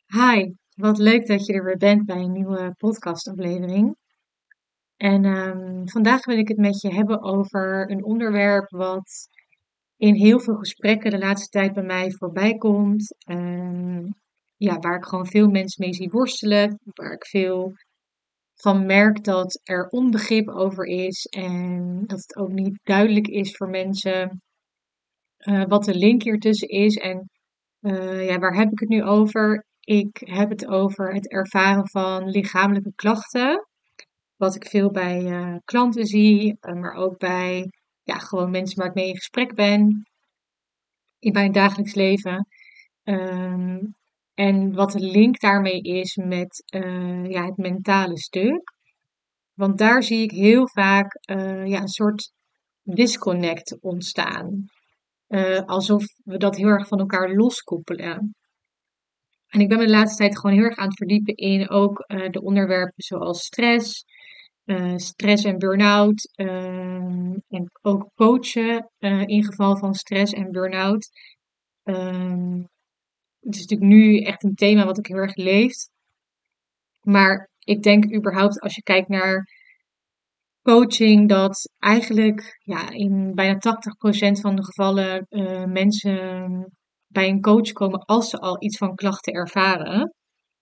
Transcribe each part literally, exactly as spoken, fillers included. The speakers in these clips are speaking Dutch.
Hi, wat leuk dat je er weer bent bij een nieuwe podcastaflevering. En ehm, vandaag wil ik het met je hebben over een onderwerp wat in heel veel gesprekken de laatste tijd bij mij voorbij komt. Ehm, ja, waar ik gewoon veel mensen mee zie worstelen, waar ik veel van merk dat er onbegrip over is en dat het ook niet duidelijk is voor mensen eh, wat de link hier tussen is. En eh, ja, waar heb ik het nu over? Ik heb het over het ervaren van lichamelijke klachten. Wat ik veel bij eh, klanten zie, eh, maar ook bij ja, gewoon mensen waar ik mee in gesprek ben in mijn dagelijks leven. Ehm, en wat de link daarmee is met eh, ja, het mentale stuk. Want daar zie ik heel vaak eh, ja, een soort disconnect ontstaan. Eh, alsof we dat heel erg van elkaar loskoppelen. En ik ben me de laatste tijd gewoon heel erg aan het verdiepen in ook eh, de onderwerpen zoals stress, eh, stress en burn-out. ehm, en ook coachen eh, in geval van stress en burn-out. Ehm, het is natuurlijk nu echt een thema wat ook heel erg leeft. Maar ik denk überhaupt als je kijkt naar coaching, dat eigenlijk ja, in bijna tachtig procent van de gevallen eh, mensen bij een coach komen als ze al iets van klachten ervaren.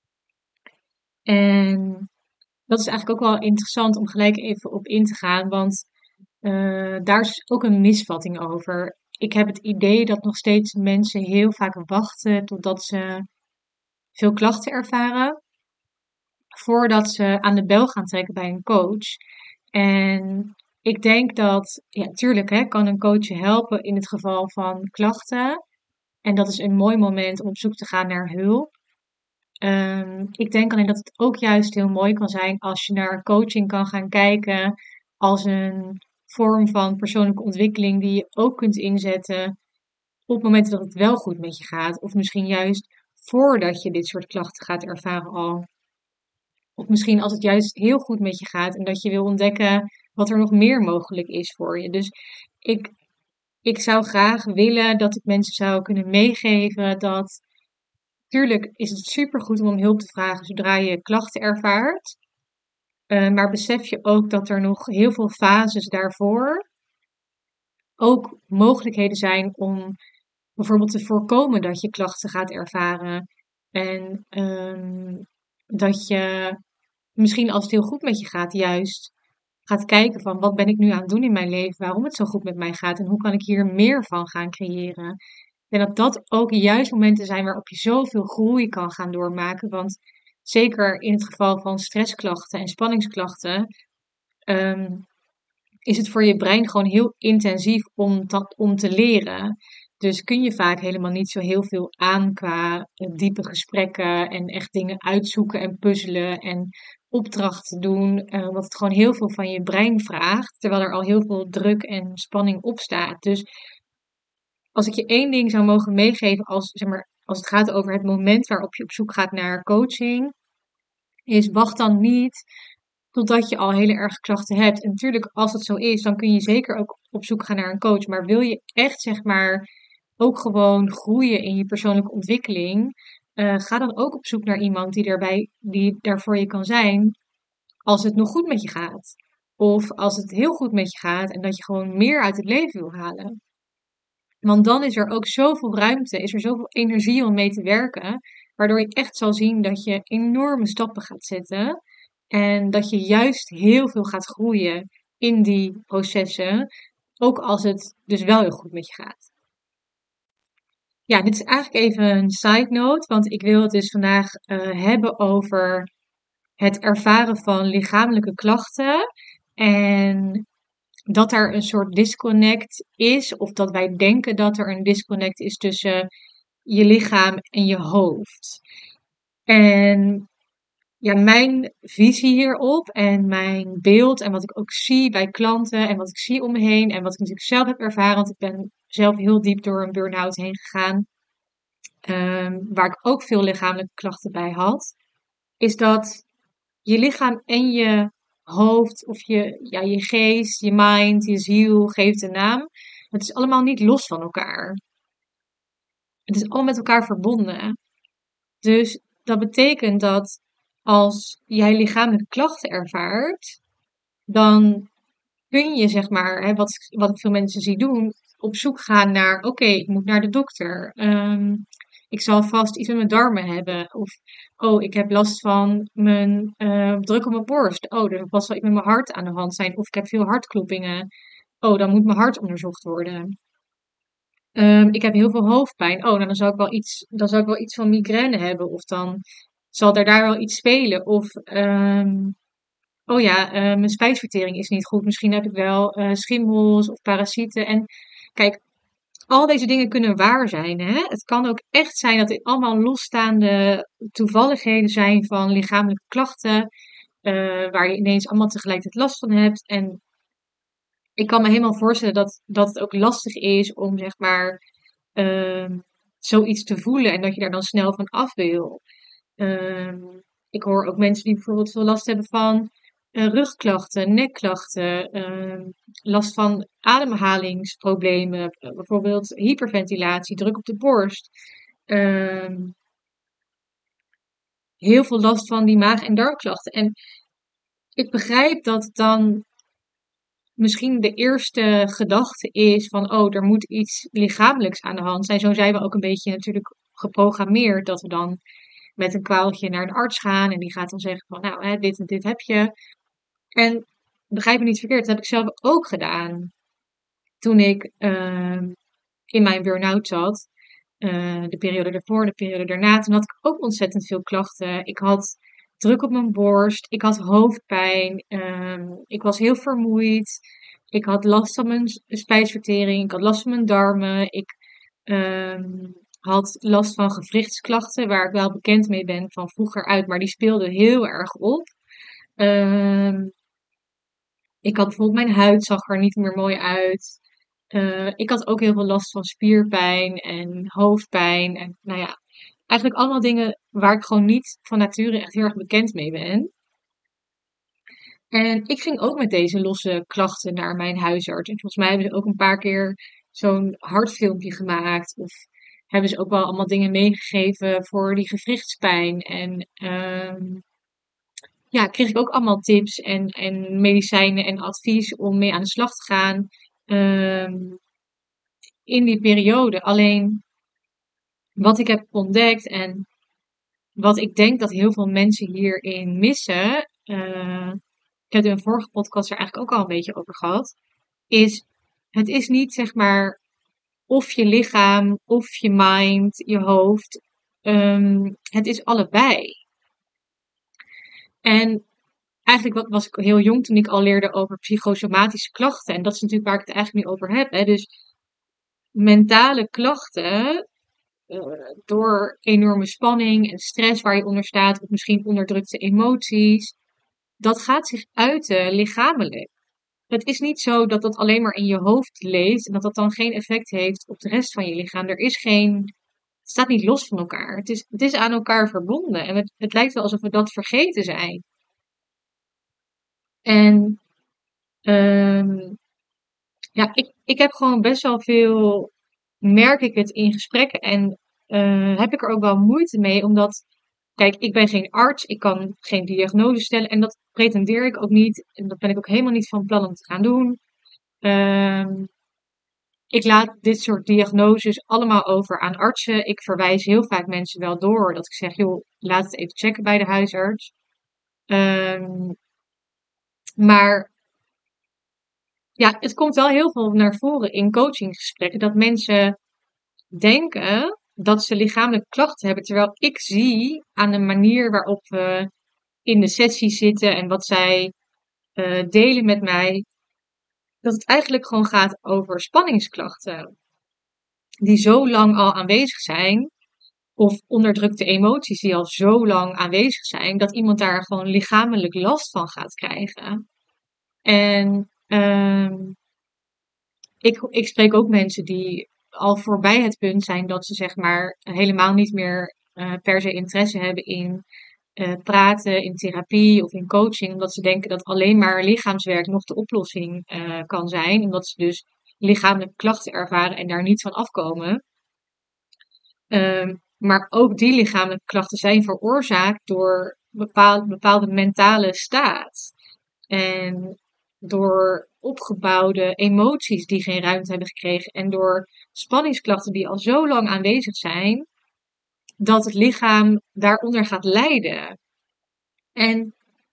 En dat is eigenlijk ook wel interessant om gelijk even op in te gaan, want eh, daar is ook een misvatting over. Ik heb het idee dat nog steeds mensen heel vaak wachten totdat ze veel klachten ervaren, voordat ze aan de bel gaan trekken bij een coach. En ik denk dat, ja, tuurlijk hè, kan een coach je helpen in het geval van klachten. En dat is een mooi moment om op zoek te gaan naar hulp. Ehm, ik denk alleen dat het ook juist heel mooi kan zijn als je naar coaching kan gaan kijken als een vorm van persoonlijke ontwikkeling die je ook kunt inzetten op momenten dat het wel goed met je gaat. Of misschien juist voordat je dit soort klachten gaat ervaren al. Of misschien als het juist heel goed met je gaat en dat je wil ontdekken wat er nog meer mogelijk is voor je. Dus ik, ik zou graag willen dat ik mensen zou kunnen meegeven dat tuurlijk is het supergoed om om hulp te vragen zodra je klachten ervaart. Eh, maar besef je ook dat er nog heel veel fases daarvoor ook mogelijkheden zijn om bijvoorbeeld te voorkomen dat je klachten gaat ervaren. En ehm, dat je misschien als het heel goed met je gaat, juist gaat kijken van wat ben ik nu aan het doen in mijn leven, waarom het zo goed met mij gaat en hoe kan ik hier meer van gaan creëren. En dat dat ook juist momenten zijn waarop je zoveel groei kan gaan doormaken. Want zeker in het geval van stressklachten en spanningsklachten, ehm, is het voor je brein gewoon heel intensief om, dat, om te leren. Dus kun je vaak helemaal niet zo heel veel aan qua eh, diepe gesprekken en echt dingen uitzoeken en puzzelen en opdrachten doen. Eh, omdat het gewoon heel veel van je brein vraagt, terwijl er al heel veel druk en spanning op staat. Dus als ik je één ding zou mogen meegeven als, zeg maar, als het gaat over het moment waarop je op zoek gaat naar coaching, is wacht dan niet totdat je al hele erge klachten hebt. En natuurlijk, als het zo is, dan kun je zeker ook op zoek gaan naar een coach. Maar wil je echt, zeg maar, ook gewoon groeien in je persoonlijke ontwikkeling, eh, ga dan ook op zoek naar iemand die, daarbij, die daar voor je kan zijn als het nog goed met je gaat. Of als het heel goed met je gaat en dat je gewoon meer uit het leven wil halen. Want dan is er ook zoveel ruimte, is er zoveel energie om mee te werken, waardoor je echt zal zien dat je enorme stappen gaat zetten en dat je juist heel veel gaat groeien in die processen, ook als het dus wel heel goed met je gaat. Ja, dit is eigenlijk even een side note, want ik wil het dus vandaag eh, hebben over het ervaren van lichamelijke klachten en dat er een soort disconnect is, of dat wij denken dat er een disconnect is tussen je lichaam en je hoofd. En ja, mijn visie hierop en mijn beeld en wat ik ook zie bij klanten en wat ik zie om me heen en wat ik natuurlijk zelf heb ervaren, want ik ben zelf heel diep door een burn-out heen gegaan, ehm, waar ik ook veel lichamelijke klachten bij had, is dat je lichaam en je hoofd of je, ja, je geest, je mind, je ziel, geef het een naam. Het is allemaal niet los van elkaar. Het is allemaal met elkaar verbonden. Dus dat betekent dat als jij lichamelijke klachten ervaart, dan kun je zeg maar, hè, wat, wat ik veel mensen zie doen, op zoek gaan naar, oké, okay, ik moet naar de dokter. Um, ik zal vast iets met mijn darmen hebben. Of, oh, ik heb last van mijn uh, druk op mijn borst. Oh, er was wel iets met mijn hart aan de hand zijn. Of ik heb veel hartkloppingen. Oh, dan moet mijn hart onderzocht worden. Um, ik heb heel veel hoofdpijn. Oh, nou, dan zou ik wel iets, dan zou ik wel iets van migraine hebben. Of dan zal er daar wel iets spelen. Of, um, oh ja, uh, mijn spijsvertering is niet goed. Misschien heb ik wel uh, schimmels of parasieten. En kijk, al deze dingen kunnen waar zijn. Hè? Het kan ook echt zijn dat dit allemaal losstaande toevalligheden zijn van lichamelijke klachten. Uh, waar je ineens allemaal tegelijkertijd last van hebt. En ik kan me helemaal voorstellen dat, dat het ook lastig is om zeg maar uh, zoiets te voelen. En dat je daar dan snel van af wil. Uh, ik hoor ook mensen die bijvoorbeeld veel last hebben van uh, rugklachten, nekklachten, uh, last van ademhalingsproblemen, uh, bijvoorbeeld hyperventilatie, druk op de borst. Uh, heel veel last van die maag- en darmklachten. En ik begrijp dat het dan misschien de eerste gedachte is van, oh, er moet iets lichamelijks aan de hand zijn. Zo zijn we ook een beetje natuurlijk geprogrammeerd dat we dan met een kwaaltje naar een arts gaan en die gaat dan zeggen van, nou, hè, dit en dit heb je. En begrijp me niet verkeerd, dat heb ik zelf ook gedaan. Toen ik uh, in mijn burn-out zat, uh, de periode ervoor, de periode daarna, toen had ik ook ontzettend veel klachten. Ik had druk op mijn borst, ik had hoofdpijn, uh, ik was heel vermoeid, ik had last van mijn spijsvertering, ik had last van mijn darmen, ik uh, had last van gewrichtsklachten, waar ik wel bekend mee ben van vroeger uit, maar die speelden heel erg op. Uh, ik had bijvoorbeeld, mijn huid zag er niet meer mooi uit. Uh, ik had ook heel veel last van spierpijn en hoofdpijn. En nou ja, eigenlijk allemaal dingen waar ik gewoon niet van nature echt heel erg bekend mee ben. En ik ging ook met deze losse klachten naar mijn huisarts. En volgens mij hebben ze ook een paar keer zo'n hartfilmpje gemaakt. Of hebben ze ook wel allemaal dingen meegegeven voor die gewrichtspijn. En um, ja, kreeg ik ook allemaal tips en, en medicijnen en advies om mee aan de slag te gaan um, in die periode. Alleen wat ik heb ontdekt en wat ik denk dat heel veel mensen hierin missen, uh, ik heb het in een vorige podcast er eigenlijk ook al een beetje over gehad, is het is niet zeg maar of je lichaam, of je mind, je hoofd. Um, het is allebei. En eigenlijk was ik heel jong toen ik al leerde over psychosomatische klachten. En dat is natuurlijk waar ik het eigenlijk nu over heb. Hè. Dus mentale klachten, uh, door enorme spanning en stress waar je onder staat, of misschien onderdrukte emoties, dat gaat zich uiten lichamelijk. Het is niet zo dat dat alleen maar in je hoofd leeft en dat dat dan geen effect heeft op de rest van je lichaam. Er is geen, het staat niet los van elkaar. Het is, het is aan elkaar verbonden. En het, het lijkt wel alsof we dat vergeten zijn. En um, ja, ik, ik heb gewoon best wel veel, merk ik het in gesprekken en uh, heb ik er ook wel moeite mee, omdat, kijk, ik ben geen arts, ik kan geen diagnose stellen en dat pretendeer ik ook niet en dat ben ik ook helemaal niet van plan om te gaan doen. Um, ik laat dit soort diagnoses allemaal over aan artsen. Ik verwijs heel vaak mensen wel door, dat ik zeg, joh, laat het even checken bij de huisarts. Um, maar ja, het komt wel heel veel naar voren in coachinggesprekken dat mensen denken dat ze lichamelijke klachten hebben, terwijl ik zie aan de manier waarop we in de sessie zitten en wat zij uh, delen met mij, dat het eigenlijk gewoon gaat over spanningsklachten die zo lang al aanwezig zijn, of onderdrukte emoties die al zo lang aanwezig zijn, dat iemand daar gewoon lichamelijk last van gaat krijgen. En um, Ik, ik spreek ook mensen die al voorbij het punt zijn dat ze zeg maar helemaal niet meer uh, per se interesse hebben in uh, praten, in therapie of in coaching. Omdat ze denken dat alleen maar lichaamswerk nog de oplossing uh, kan zijn. Omdat ze dus lichamelijke klachten ervaren en daar niet van afkomen. Um, Maar ook die lichamelijke klachten zijn veroorzaakt door bepaald, bepaalde mentale staat. En door opgebouwde emoties die geen ruimte hebben gekregen. En door spanningsklachten die al zo lang aanwezig zijn, dat het lichaam daaronder gaat lijden. En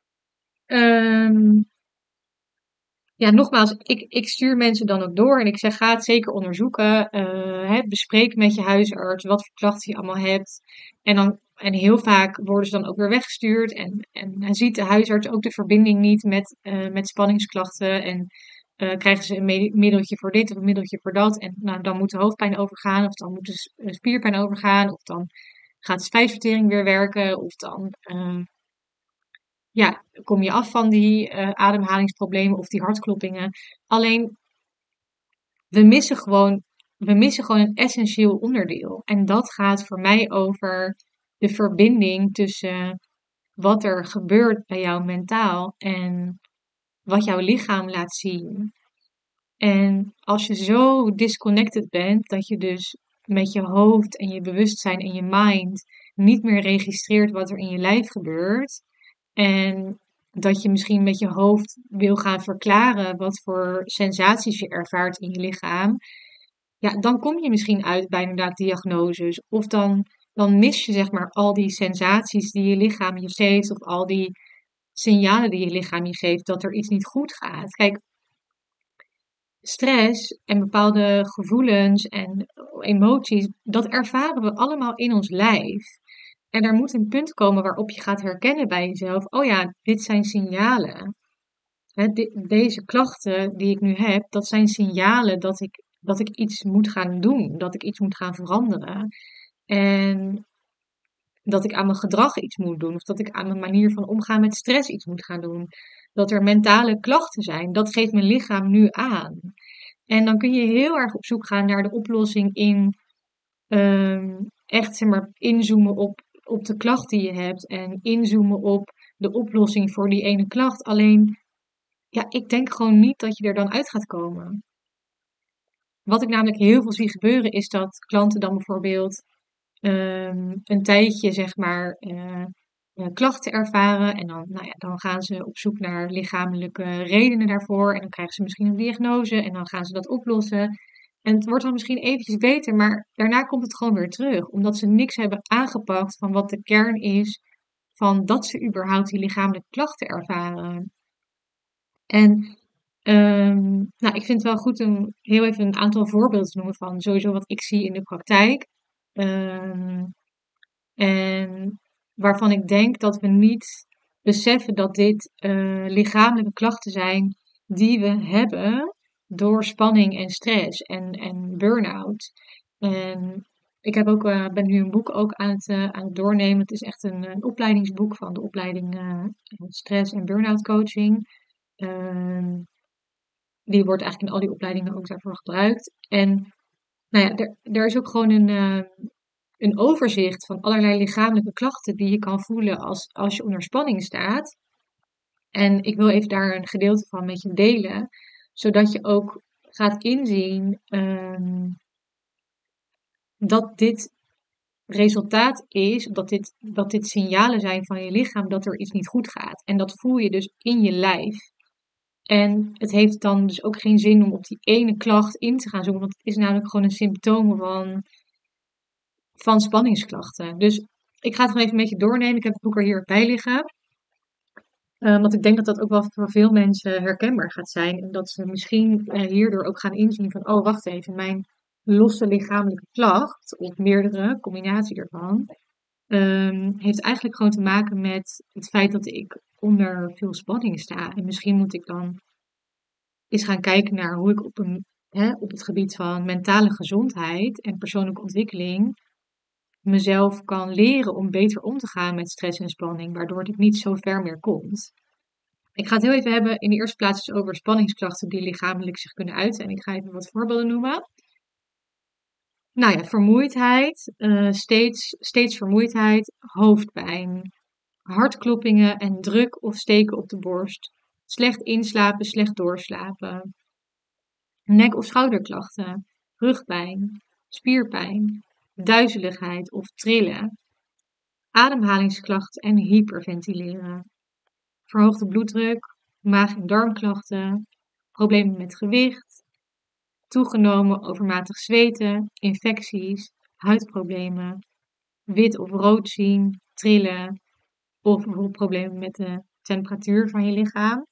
um, ja, nogmaals, ik, ik stuur mensen dan ook door en ik zeg, ga het zeker onderzoeken. Uh, hè, bespreek met je huisarts wat voor klachten je allemaal hebt. En, dan, en heel vaak worden ze dan ook weer weggestuurd. En, en dan ziet de huisarts ook de verbinding niet met, uh, met spanningsklachten. En uh, krijgen ze een me- middeltje voor dit of een middeltje voor dat. En nou, dan moet de hoofdpijn overgaan, of dan moet de s- uh, spierpijn overgaan, of dan gaat de spijsvertering weer werken, of dan... Uh, ja, kom je af van die uh, ademhalingsproblemen of die hartkloppingen. Alleen, we missen gewoon, we missen gewoon een essentieel onderdeel. En dat gaat voor mij over de verbinding tussen wat er gebeurt bij jou mentaal en wat jouw lichaam laat zien. En als je zo disconnected bent, dat je dus met je hoofd en je bewustzijn en je mind niet meer registreert wat er in je lijf gebeurt. En dat je misschien met je hoofd wil gaan verklaren wat voor sensaties je ervaart in je lichaam. Ja, dan kom je misschien uit bij inderdaad diagnoses. Of dan, dan mis je zeg maar al die sensaties die je lichaam je geeft. Of al die signalen die je lichaam je geeft dat er iets niet goed gaat. Kijk, stress en bepaalde gevoelens en emoties, dat ervaren we allemaal in ons lijf. En er moet een punt komen waarop je gaat herkennen bij jezelf, oh ja, dit zijn signalen. Hè, di- deze klachten die ik nu heb, dat zijn signalen dat ik, dat ik iets moet gaan doen, dat ik iets moet gaan veranderen. En dat ik aan mijn gedrag iets moet doen, of dat ik aan mijn manier van omgaan met stress iets moet gaan doen. Dat er mentale klachten zijn, dat geeft mijn lichaam nu aan. En dan kun je heel erg op zoek gaan naar de oplossing in ehm, echt zeg maar inzoomen op, op de klacht die je hebt en inzoomen op de oplossing voor die ene klacht. Alleen, ja, ik denk gewoon niet dat je er dan uit gaat komen. Wat ik namelijk heel veel zie gebeuren is dat klanten dan bijvoorbeeld ehm, een tijdje zeg maar eh, eh, klachten ervaren en dan, nou ja, dan gaan ze op zoek naar lichamelijke redenen daarvoor en dan krijgen ze misschien een diagnose en dan gaan ze dat oplossen. En het wordt dan misschien eventjes beter, maar daarna komt het gewoon weer terug, omdat ze niks hebben aangepakt van wat de kern is van dat ze überhaupt die lichamelijke klachten ervaren. En ehm, nou, ik vind het wel goed om heel even een aantal voorbeelden te noemen van sowieso wat ik zie in de praktijk. Ehm, en waarvan ik denk dat we niet beseffen dat dit eh, lichamelijke klachten zijn die we hebben door spanning en stress en, en burn-out. En ik heb ook, eh, ben nu een boek ook aan het, eh, aan het doornemen. Het is echt een, een opleidingsboek van de opleiding eh, stress en burn-out coaching. Ehm, die wordt eigenlijk in al die opleidingen ook daarvoor gebruikt. En nou ja, er, er is ook gewoon een, eh, een overzicht van allerlei lichamelijke klachten die je kan voelen als, als je onder spanning staat. En ik wil even daar een gedeelte van met je delen, zodat je ook gaat inzien ehm, dat dit resultaat is, dat dit, dat dit signalen zijn van je lichaam dat er iets niet goed gaat. En dat voel je dus in je lijf. En het heeft dan dus ook geen zin om op die ene klacht in te gaan zoomen, want het is namelijk gewoon een symptoom van, van spanningsklachten. Dus ik ga het gewoon even met je doornemen. Ik heb het boek er hier bij liggen. Uh, want ik denk dat dat ook wel voor veel mensen herkenbaar gaat zijn. En dat ze misschien uh, hierdoor ook gaan inzien van, oh wacht even, mijn losse lichamelijke klacht, of meerdere, combinatie ervan, um, heeft eigenlijk gewoon te maken met het feit dat ik onder veel spanning sta. En misschien moet ik dan eens gaan kijken naar hoe ik op, een, hè, op het gebied van mentale gezondheid en persoonlijke ontwikkeling mezelf kan leren om beter om te gaan met stress en spanning, waardoor het niet zo ver meer komt. Ik ga het heel even hebben in de eerste plaats dus over spanningsklachten die lichamelijk zich kunnen uiten. En ik ga even wat voorbeelden noemen. Nou ja, vermoeidheid, uh, steeds, steeds vermoeidheid, hoofdpijn, hartkloppingen en druk of steken op de borst, slecht inslapen, slecht doorslapen, nek- of schouderklachten, rugpijn, spierpijn, duizeligheid of trillen, ademhalingsklachten en hyperventileren, verhoogde bloeddruk, maag- en darmklachten, problemen met gewicht, toegenomen overmatig zweten, infecties, huidproblemen, wit of rood zien, trillen of bijvoorbeeld problemen met de temperatuur van je lichaam.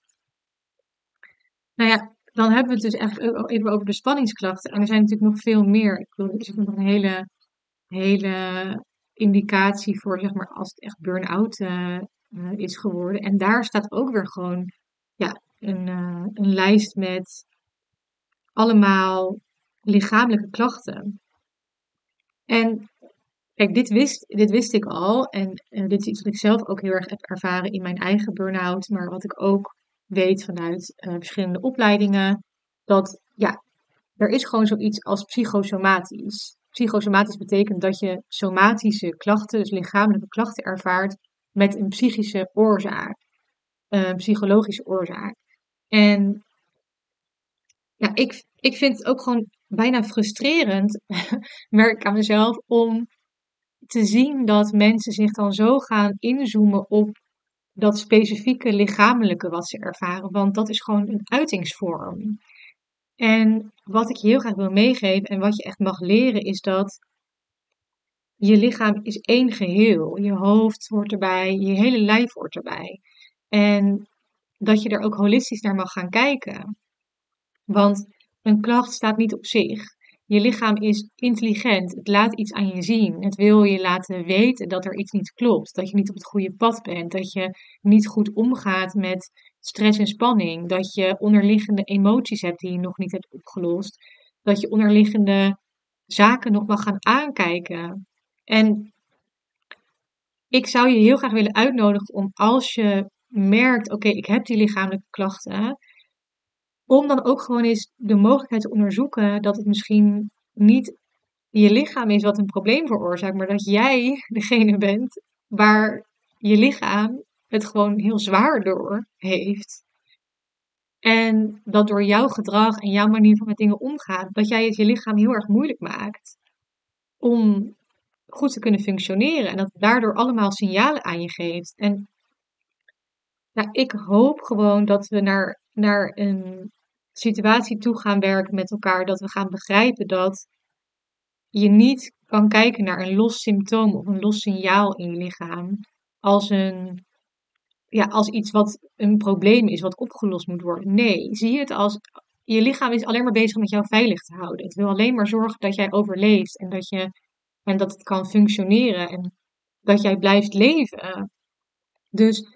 Nou ja, dan hebben we het dus echt even over de spanningsklachten. En er zijn natuurlijk nog veel meer. Ik bedoel, er is nog een hele, hele indicatie voor, zeg maar, als het echt burn-out uh, uh, is geworden. En daar staat ook weer gewoon ja, een, uh, een lijst met allemaal lichamelijke klachten. En kijk, dit wist, dit wist ik al. En uh, dit is iets wat ik zelf ook heel erg heb ervaren in mijn eigen burn-out. Maar wat ik ook weet vanuit uh, verschillende opleidingen. Dat ja, er is gewoon zoiets als psychosomatisch. Psychosomatisch betekent dat je somatische klachten, dus lichamelijke klachten ervaart met een psychische oorzaak. Een psychologische oorzaak. En ja, ik, ik vind het ook gewoon bijna frustrerend, merk ik aan mezelf, om te zien dat mensen zich dan zo gaan inzoomen op dat specifieke lichamelijke wat ze ervaren. Want dat is gewoon een uitingsvorm. En wat ik je heel graag wil meegeven en wat je echt mag leren is dat je lichaam is één geheel. Je hoofd hoort erbij, je hele lijf hoort erbij. En dat je er ook holistisch naar mag gaan kijken. Want een klacht staat niet op zich. Je lichaam is intelligent. Het laat iets aan je zien. Het wil je laten weten dat er iets niet klopt. Dat je niet op het goede pad bent. Dat je niet goed omgaat met stress en spanning. Dat je onderliggende emoties hebt die je nog niet hebt opgelost. Dat je onderliggende zaken nog mag gaan aankijken. En ik zou je heel graag willen uitnodigen om als je merkt, oké, okay, ik heb die lichamelijke klachten, om dan ook gewoon eens de mogelijkheid te onderzoeken dat het misschien niet je lichaam is wat een probleem veroorzaakt, maar dat jij degene bent waar je lichaam het gewoon heel zwaar door heeft. En dat door jouw gedrag en jouw manier van met dingen omgaan, dat jij het je lichaam heel erg moeilijk maakt om goed te kunnen functioneren. En dat het daardoor allemaal signalen aan je geeft. En nou, ik hoop gewoon dat we naar, naar een situatie toe gaan werken met elkaar. Dat we gaan begrijpen dat je niet kan kijken naar een los symptoom of een los signaal in je lichaam. Als, een, ja, als iets wat een probleem is, wat opgelost moet worden. Nee, zie het als, je lichaam is alleen maar bezig met jou veilig te houden. Het wil alleen maar zorgen dat jij overleeft en dat, je, en dat het kan functioneren en dat jij blijft leven. Dus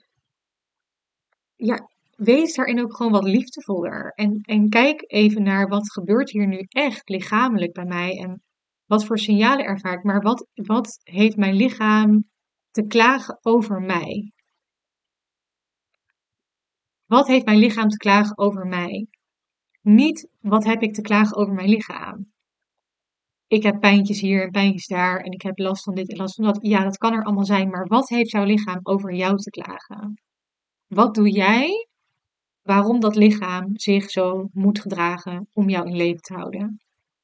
ja, wees daarin ook gewoon wat liefdevoller. En, en kijk even naar wat gebeurt hier nu echt lichamelijk bij mij. En wat voor signalen ervaar ik. Maar wat, wat heeft mijn lichaam te klagen over mij? Wat heeft mijn lichaam te klagen over mij? Niet wat heb ik te klagen over mijn lichaam. Ik heb pijntjes hier en pijntjes daar. En ik heb last van dit en last van dat. Ja, dat kan er allemaal zijn. Maar wat heeft jouw lichaam over jou te klagen? Wat doe jij waarom dat lichaam zich zo moet gedragen om jou in leven te houden?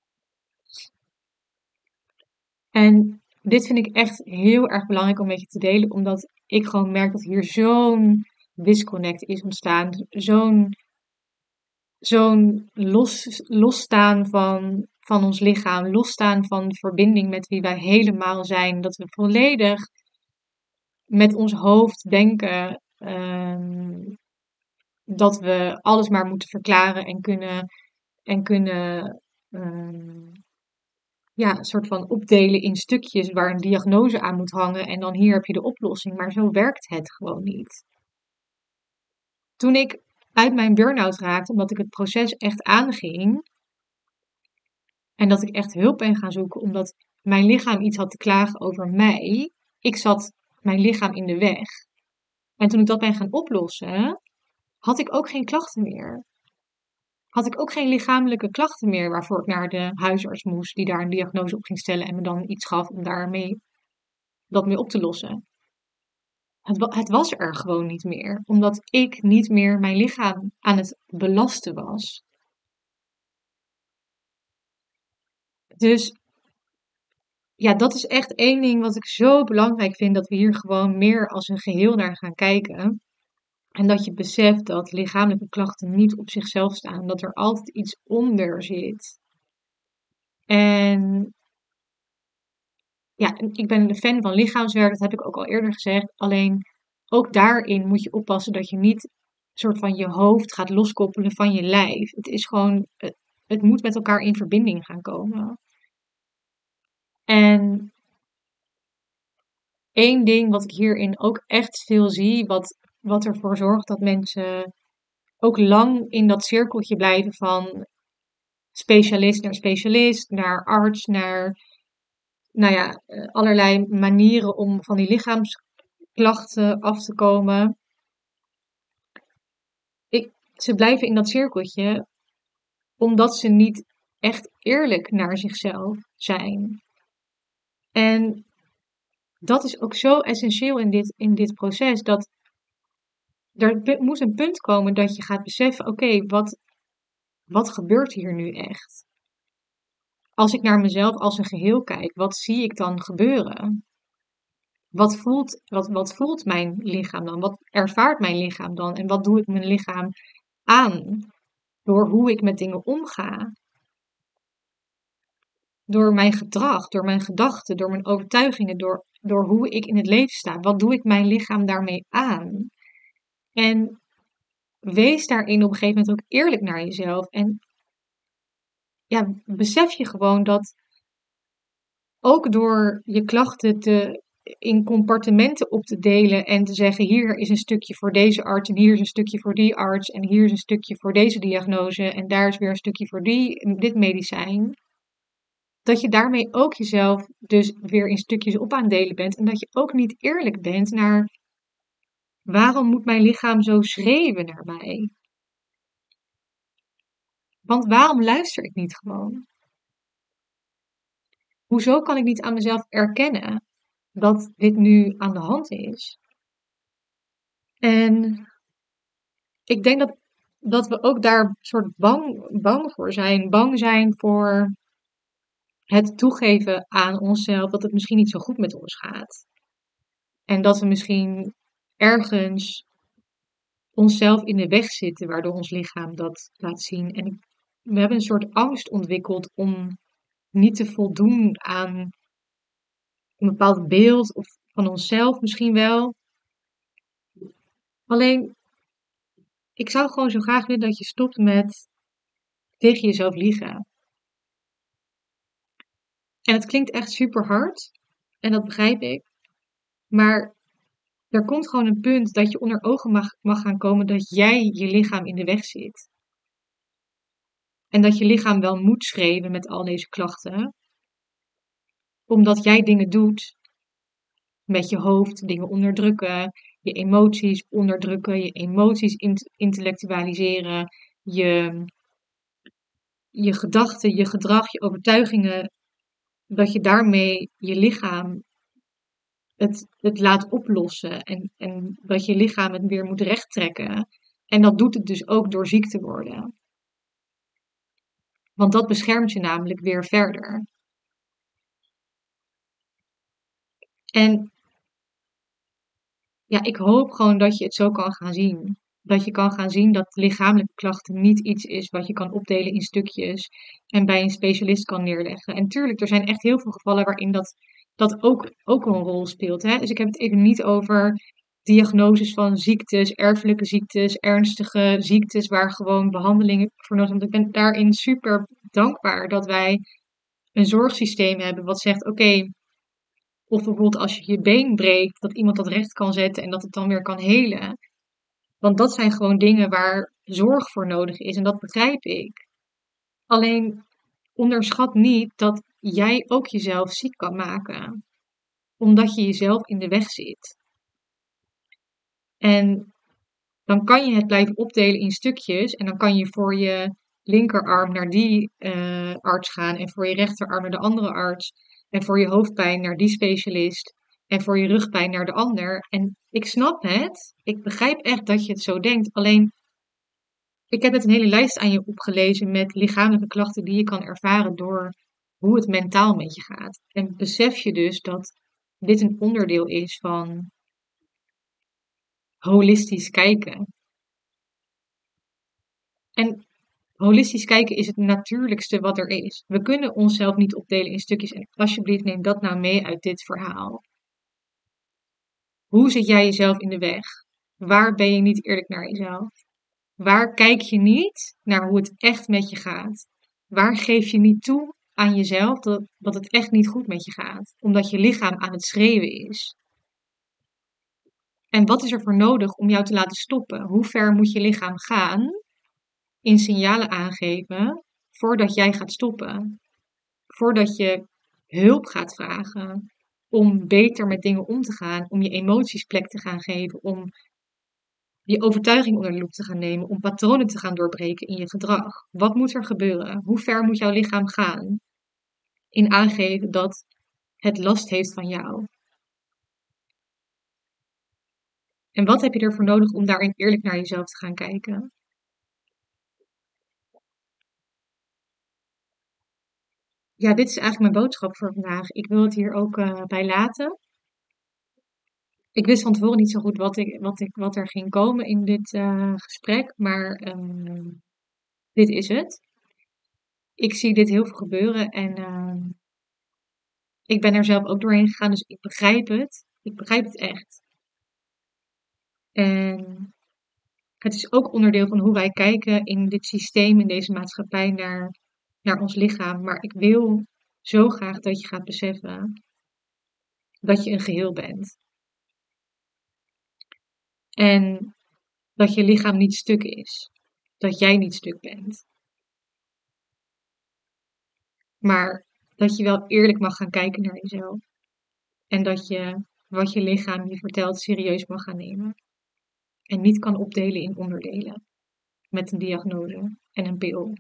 En dit vind ik echt heel erg belangrijk om met je te delen, omdat ik gewoon merk dat hier zo'n disconnect is ontstaan. Zo'n zo'n los, losstaan van, van ons lichaam, losstaan van de verbinding met wie wij helemaal zijn. Dat we volledig met ons hoofd denken um, dat we alles maar moeten verklaren en kunnen, en kunnen um, ja, een soort van opdelen in stukjes waar een diagnose aan moet hangen en dan hier heb je de oplossing. Maar zo werkt het gewoon niet. Toen ik uit mijn burn-out raakte, omdat ik het proces echt aanging en dat ik echt hulp ben gaan zoeken omdat mijn lichaam iets had te klagen over mij, ik zat mijn lichaam in de weg. En toen ik dat ben gaan oplossen, had ik ook geen klachten meer. Had ik ook geen lichamelijke klachten meer waarvoor ik naar de huisarts moest, die daar een diagnose op ging stellen en me dan iets gaf om daarmee dat mee op te lossen. Het, het was er gewoon niet meer, omdat ik niet meer mijn lichaam aan het belasten was. Dus ja, dat is echt één ding wat ik zo belangrijk vind, dat we hier gewoon meer als een geheel naar gaan kijken. En dat je beseft dat lichamelijke klachten niet op zichzelf staan, dat er altijd iets onder zit. En ja, ik ben een fan van lichaamswerk, dat heb ik ook al eerder gezegd. Alleen ook daarin moet je oppassen dat je niet soort van je hoofd gaat loskoppelen van je lijf. Het is gewoon, het, het moet met elkaar in verbinding gaan komen. En één ding wat ik hierin ook echt veel zie, wat, wat ervoor zorgt dat mensen ook lang in dat cirkeltje blijven van specialist naar specialist, naar arts, naar nou ja, eh, allerlei manieren om van die lichaamsklachten af te komen. Ik, ze blijven in dat cirkeltje omdat ze niet echt eerlijk naar zichzelf zijn. En dat is ook zo essentieel in dit, in dit proces, dat er pu- moet een punt komen dat je gaat beseffen, oké, wat, wat gebeurt hier nu echt? Als ik naar mezelf als een geheel kijk, wat zie ik dan gebeuren? Wat voelt, wat, wat voelt mijn lichaam dan? Wat ervaart mijn lichaam dan? En wat doe ik mijn lichaam aan? Door hoe ik met dingen omga. Door mijn gedrag, door mijn gedachten, door mijn overtuigingen, door, door hoe ik in het leven sta. Wat doe ik mijn lichaam daarmee aan? En wees daarin op een gegeven moment ook eerlijk naar jezelf. En ja, besef je gewoon dat ook door je klachten te, in compartimenten op te delen en te zeggen: hier is een stukje voor deze arts en hier is een stukje voor die arts en hier is een stukje voor deze diagnose en daar is weer een stukje voor die, dit medicijn. Dat je daarmee ook jezelf dus weer in stukjes op aan het delen bent en dat je ook niet eerlijk bent naar: waarom moet mijn lichaam zo schreeuwen naar mij? Want waarom luister ik niet gewoon? Hoezo kan ik niet aan mezelf erkennen dat dit nu aan de hand is? En ik denk dat, dat we ook daar een soort bang, bang voor zijn. Bang zijn voor het toegeven aan onszelf dat het misschien niet zo goed met ons gaat. En dat we misschien ergens onszelf in de weg zitten, waardoor ons lichaam dat laat zien. En we hebben een soort angst ontwikkeld om niet te voldoen aan een bepaald beeld of van onszelf misschien wel. Alleen, ik zou gewoon zo graag willen dat je stopt met tegen jezelf liegen. En het klinkt echt super hard. En dat begrijp ik. Maar er komt gewoon een punt dat je onder ogen mag, mag gaan komen dat jij je lichaam in de weg zit. En dat je lichaam wel moet schreeuwen met al deze klachten. Omdat jij dingen doet met je hoofd, dingen onderdrukken, je emoties onderdrukken, je emoties int- intellectualiseren, je, je gedachten, je gedrag, je overtuigingen. Dat je daarmee je lichaam het, het laat oplossen en, en dat je lichaam het weer moet rechttrekken. En dat doet het dus ook door ziek te worden. Want dat beschermt je namelijk weer verder. En ja, ik hoop gewoon dat je het zo kan gaan zien. Dat je kan gaan zien dat lichamelijke klachten niet iets is wat je kan opdelen in stukjes en bij een specialist kan neerleggen. En tuurlijk, er zijn echt heel veel gevallen waarin dat, dat ook, ook een rol speelt. Hè? Dus ik heb het even niet over diagnoses van ziektes, erfelijke ziektes, ernstige ziektes waar gewoon behandelingen voor nodig zijn. Want ik ben daarin super dankbaar dat wij een zorgsysteem hebben wat zegt: oké, of bijvoorbeeld als je je been breekt, dat iemand dat recht kan zetten en dat het dan weer kan helen. Want dat zijn gewoon dingen waar zorg voor nodig is en dat begrijp ik. Alleen onderschat niet dat jij ook jezelf ziek kan maken, omdat je jezelf in de weg zit. En dan kan je het blijven opdelen in stukjes en dan kan je voor je linkerarm naar die uh, arts gaan en voor je rechterarm naar de andere arts en voor je hoofdpijn naar die specialist en voor je rugpijn naar de ander. En ik snap het, ik begrijp echt dat je het zo denkt, alleen ik heb net een hele lijst aan je opgelezen met lichamelijke klachten die je kan ervaren door hoe het mentaal met je gaat. En besef je dus dat dit een onderdeel is van holistisch kijken. En holistisch kijken is het natuurlijkste wat er is. We kunnen onszelf niet opdelen in stukjes. En alsjeblieft neem dat nou mee uit dit verhaal. Hoe zit jij jezelf in de weg? Waar ben je niet eerlijk naar jezelf? Waar kijk je niet naar hoe het echt met je gaat? Waar geef je niet toe aan jezelf dat, dat het echt niet goed met je gaat? Omdat je lichaam aan het schreeuwen is. En wat is er voor nodig om jou te laten stoppen? Hoe ver moet je lichaam gaan in signalen aangeven voordat jij gaat stoppen? Voordat je hulp gaat vragen om beter met dingen om te gaan, om je emoties plek te gaan geven, om je overtuiging onder de loep te gaan nemen, om patronen te gaan doorbreken in je gedrag. Wat moet er gebeuren? Hoe ver moet jouw lichaam gaan in aangeven dat het last heeft van jou? En wat heb je ervoor nodig om daarin eerlijk naar jezelf te gaan kijken? Ja, dit is eigenlijk mijn boodschap voor vandaag. Ik wil het hier ook uh, bij laten. Ik wist van tevoren niet zo goed wat, ik, wat, ik, wat er ging komen in dit uh, gesprek, maar uh, dit is het. Ik zie dit heel veel gebeuren en uh, ik ben er zelf ook doorheen gegaan, dus ik begrijp het. Ik begrijp het echt. En het is ook onderdeel van hoe wij kijken in dit systeem, in deze maatschappij, naar, naar ons lichaam. Maar ik wil zo graag dat je gaat beseffen dat je een geheel bent. En dat je lichaam niet stuk is. Dat jij niet stuk bent. Maar dat je wel eerlijk mag gaan kijken naar jezelf. En dat je wat je lichaam je vertelt serieus mag gaan nemen. En niet kan opdelen in onderdelen. Met een diagnose en een pil.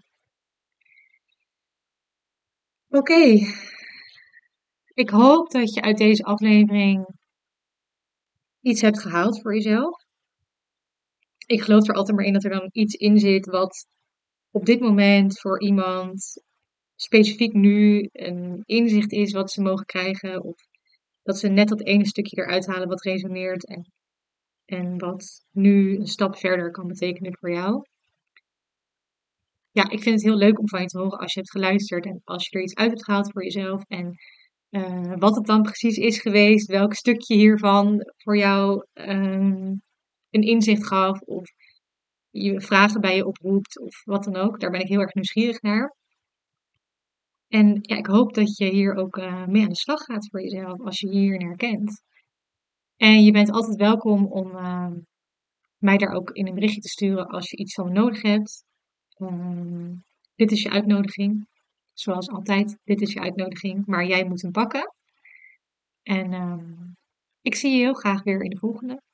Oké. Okay. Ik hoop dat je uit deze aflevering iets hebt gehaald voor jezelf. Ik geloof er altijd maar in dat er dan iets in zit wat op dit moment voor iemand specifiek nu een inzicht is wat ze mogen krijgen. Of dat ze net dat ene stukje eruit halen wat resoneert en, en wat nu een stap verder kan betekenen voor jou. Ja, ik vind het heel leuk om van je te horen als je hebt geluisterd en als je er iets uit hebt gehaald voor jezelf. En uh, wat het dan precies is geweest, welk stukje hiervan voor jou um, een inzicht gaf of je vragen bij je oproept of wat dan ook. Daar ben ik heel erg nieuwsgierig naar. En ja, ik hoop dat je hier ook uh, mee aan de slag gaat voor jezelf als je je hierin herkent. En je bent altijd welkom om uh, mij daar ook in een berichtje te sturen als je iets van me nodig hebt. Um, dit is je uitnodiging. Zoals altijd, dit is je uitnodiging. Maar jij moet hem pakken. En um, ik zie je heel graag weer in de volgende.